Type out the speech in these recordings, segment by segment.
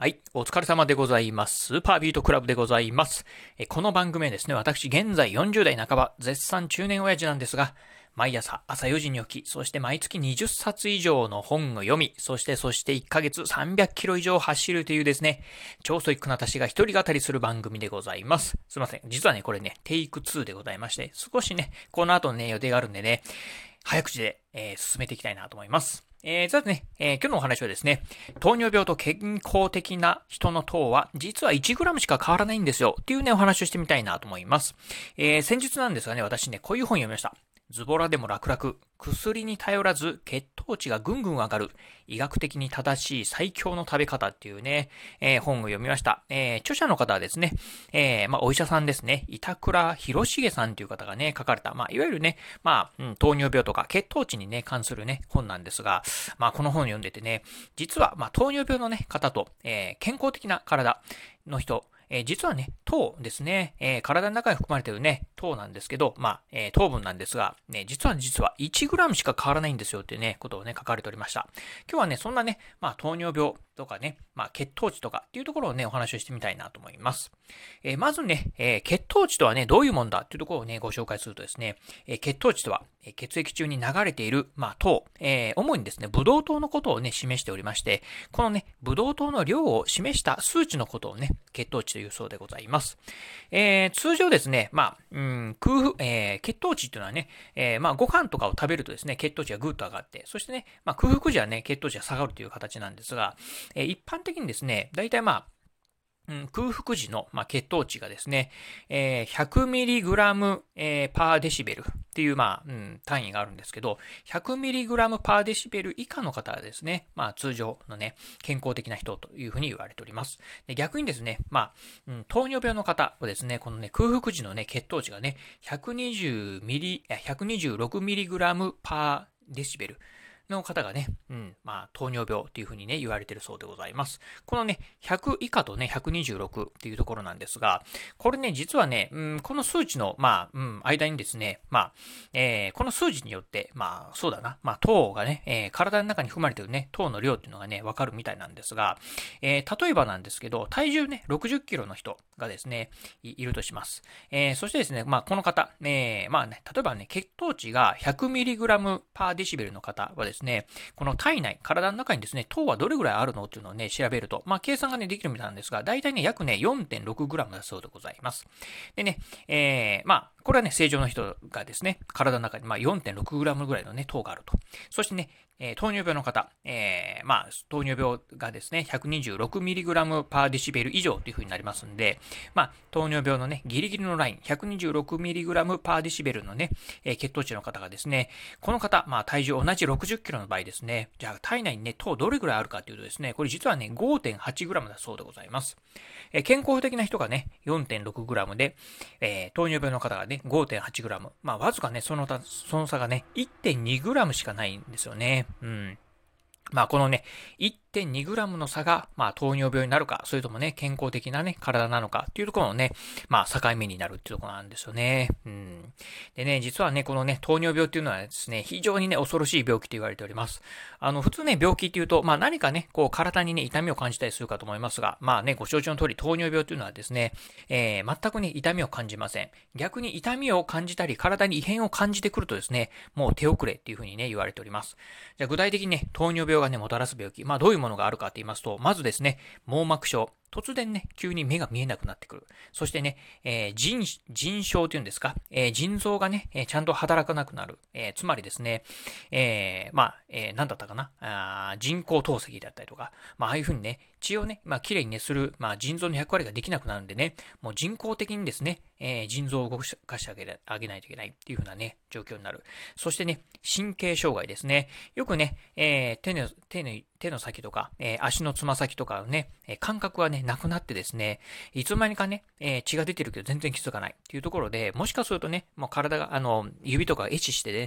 はい。お疲れ様でございます。スーパービートクラブでございます。この番組はですね、私現在40代半ば、絶賛中年親父なんですが、毎朝朝4時に起き、そして毎月20冊以上の本を読み、そして1ヶ月300キロ以上走るというですね、超ソイックな私が一人語りする番組でございます。すいません。実はね、これね、テイク2でございまして、少しね、この後ね、予定があるんでね、早口で、進めていきたいなと思います。さてね、今日のお話はですね、糖尿病と健康的な人の糖は実は 1g しか変わらないんですよっていうね、お話をしてみたいなと思います。先日なんですがね、私ね、こういう本読みました。ズボラでも楽々、薬に頼らず血糖値がぐんぐん上がる、医学的に正しい最強の食べ方っていうね、本を読みました。著者の方はですね、お医者さんですね、板倉博重さんという方がね、書かれた、いわゆるね、糖尿病とか血糖値にね、関するね、本なんですが、この本を読んでてね、実は、糖尿病のね、方と、健康的な体の人、実はね、糖ですね、体の中に含まれているね、糖なんですけど、糖分なんですが、実は 1g しか変わらないんですよっていうね、ことをね、書かれておりました。今日はね、そんなね、糖尿病とかね、血糖値とかっていうところをね、お話をしてみたいなと思います。まずね、血糖値とはね、どういうもんだっていうところをね、ご紹介するとですね、血糖値とは、血液中に流れている、糖、主にですね、ブドウ糖のことをね、示しておりまして、このね、ブドウ糖の量を示した数値のことをね、血糖値というそうでございます。通常ですね、血糖値っていうのはね、ご飯とかを食べるとですね、血糖値がぐっと上がって、そしてね、空腹時はね、血糖値が下がるという形なんですが、一般的にですね、だいたい空腹時の、血糖値がですね、100mg、パーデシベルっていう、単位があるんですけど、100mg パーデシベル以下の方はですね、通常のね、健康的な人というふうに言われております。で逆にですね、糖尿病の方はですね、このね、空腹時のね、血糖値がね、126mg パーデシベルの方がね、糖尿病っていうふうにね、言われているそうでございます。このね、100以下とね、126っていうところなんですが、これね、実はね、この数値の、間にですね、この数字によって、そうだな、糖がね、体の中に含まれているね、糖の量っていうのがね、わかるみたいなんですが、例えばなんですけど、体重ね、60キロの人がですね、いるとします。そしてですね、この方、例えばね、血糖値が 100mg パーデシベルの方はですね、この体内、体の中にですね、糖はどれぐらいあるのっていうのをね、調べると、計算がね、できるみたいなんですが、だいたいね、約ね、4.6g だそうでございます。でね、これはね、正常の人がですね、体の中に4.6g ぐらいのね、糖があると。そしてね、糖尿病の方、糖尿病がですね、126mg パーデシベル以上という風になりますんで、糖尿病のね、ギリギリのライン、126mg パーデシベルのね、血糖値の方がですね、この方、体重同じ60キロの場合ですね、じゃあ体内にね、糖どれぐらいあるかというとですね、これ実はね、5.8g だそうでございます。健康的な人がね、4.6g で、糖尿病の方がね、5.8g。わずかね、その差がね、1.2g しかないんですよね。このね、1.2g の差が、糖尿病になるか、それともね、健康的なね、体なのかっていうところのね、境目になるっていうところなんですよね。でね、実はね、このね、糖尿病っていうのはですね、非常にね、恐ろしい病気と言われております。普通ね、病気っていうと、何かね、こう、体にね、痛みを感じたりするかと思いますが、ご承知の通り、糖尿病というのはですね、全くね、痛みを感じません。逆に痛みを感じたり、体に異変を感じてくるとですね、もう手遅れっていうふうにね、言われております。じゃあ具体的にね、糖尿病がね、もたらす病気。どういうものがあるかと言いますと、まずですね、網膜症。突然ね、急に目が見えなくなってくる。そしてね、腎症というんですか、腎臓がね、ちゃんと働かなくなる。つまりですね、なんだったかな、人工透析だったりとか、ああいうふうにね、血をね、きれいにね、する、腎臓の役割ができなくなるんでね、もう人工的にですね、腎臓を動かしてあげないといけないっていう風なね、状況になる。そしてね、神経障害ですね。よくね、手の先とか、足のつま先とかね、感覚はね、なくなってですね、いつの間にかね、血が出てるけど全然気づかないっていうところで、もしかするとね、もう体が、指とか壊死してね、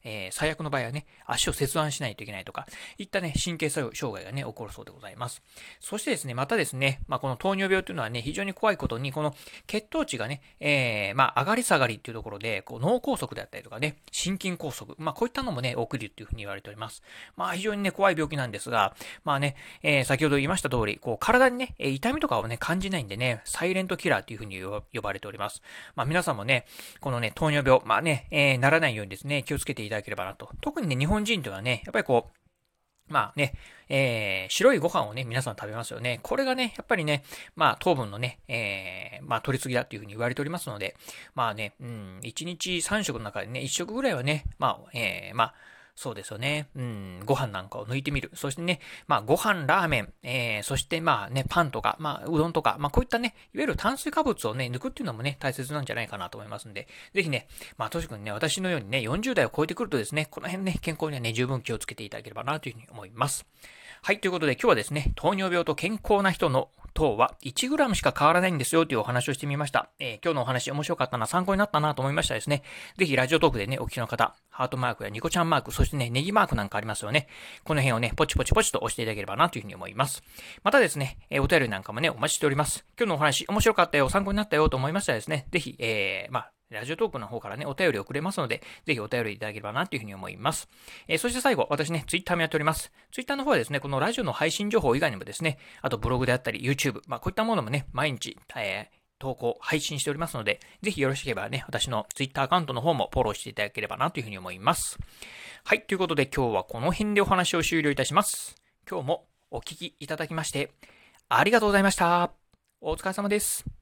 最悪の場合はね、足を切断しないといけないとか、いったね、神経障害がね、起こるそうでございます。そしてですね、またですね、この糖尿病というのはね、非常に怖いことに、この血糖値がね、上がり下がりっていうところで、脳梗塞であったりとかね、心筋梗塞、こういったのもね、起きるっていうふうに言われております。非常にね、怖い病気なんですが、先ほど言いました通り、体にね、痛みとかをね、感じないんでね、サイレントキラーっていうふうに呼ばれております。皆さんもね、このね、糖尿病、ならないようにですね、気をつけていただければなと。特にね、日本人というのはね、やっぱり白いご飯をね、皆さん食べますよね。これがね、やっぱりね、糖分のね、取りすぎだっていうふうに言われておりますので、1日3食の中でね、1食ぐらいはね、そうですよね。ご飯なんかを抜いてみる。そしてね、ご飯、ラーメン、そしてパンとか、うどんとか、こういったね、いわゆる炭水化物をね、抜くっていうのもね、大切なんじゃないかなと思いますんで、ぜひね、としくんね、私のようにね、40代を超えてくるとですね、この辺ね、健康にはね、十分気をつけていただければなというふうに思います。はい、ということで今日はですね、糖尿病と健康な人の糖は 1g しか変わらないんですよというお話をしてみました。今日のお話面白かったな、参考になったなと思いましたですね。ぜひラジオトークでね、お聞きの方、ハートマークやニコちゃんマーク、そしてね、ネギマークなんかありますよね。この辺をね、ポチポチポチと押していただければなというふうに思います。またですね、お便りなんかもね、お待ちしております。今日のお話面白かったよ、参考になったよと思いましたらですね、ぜひ、ラジオトークの方からね、お便りをくれますので、ぜひお便りいただければなというふうに思います。そして最後、私ね、ツイッターもやっております。ツイッターの方はですね、このラジオの配信情報以外にもですね、あとブログであったり、YouTube、こういったものもね、毎日、投稿、配信しておりますので、ぜひよろしければね、私のツイッターアカウントの方もフォローしていただければなというふうに思います。はい、ということで今日はこの辺でお話を終了いたします。今日もお聞きいただきまして、ありがとうございました。お疲れ様です。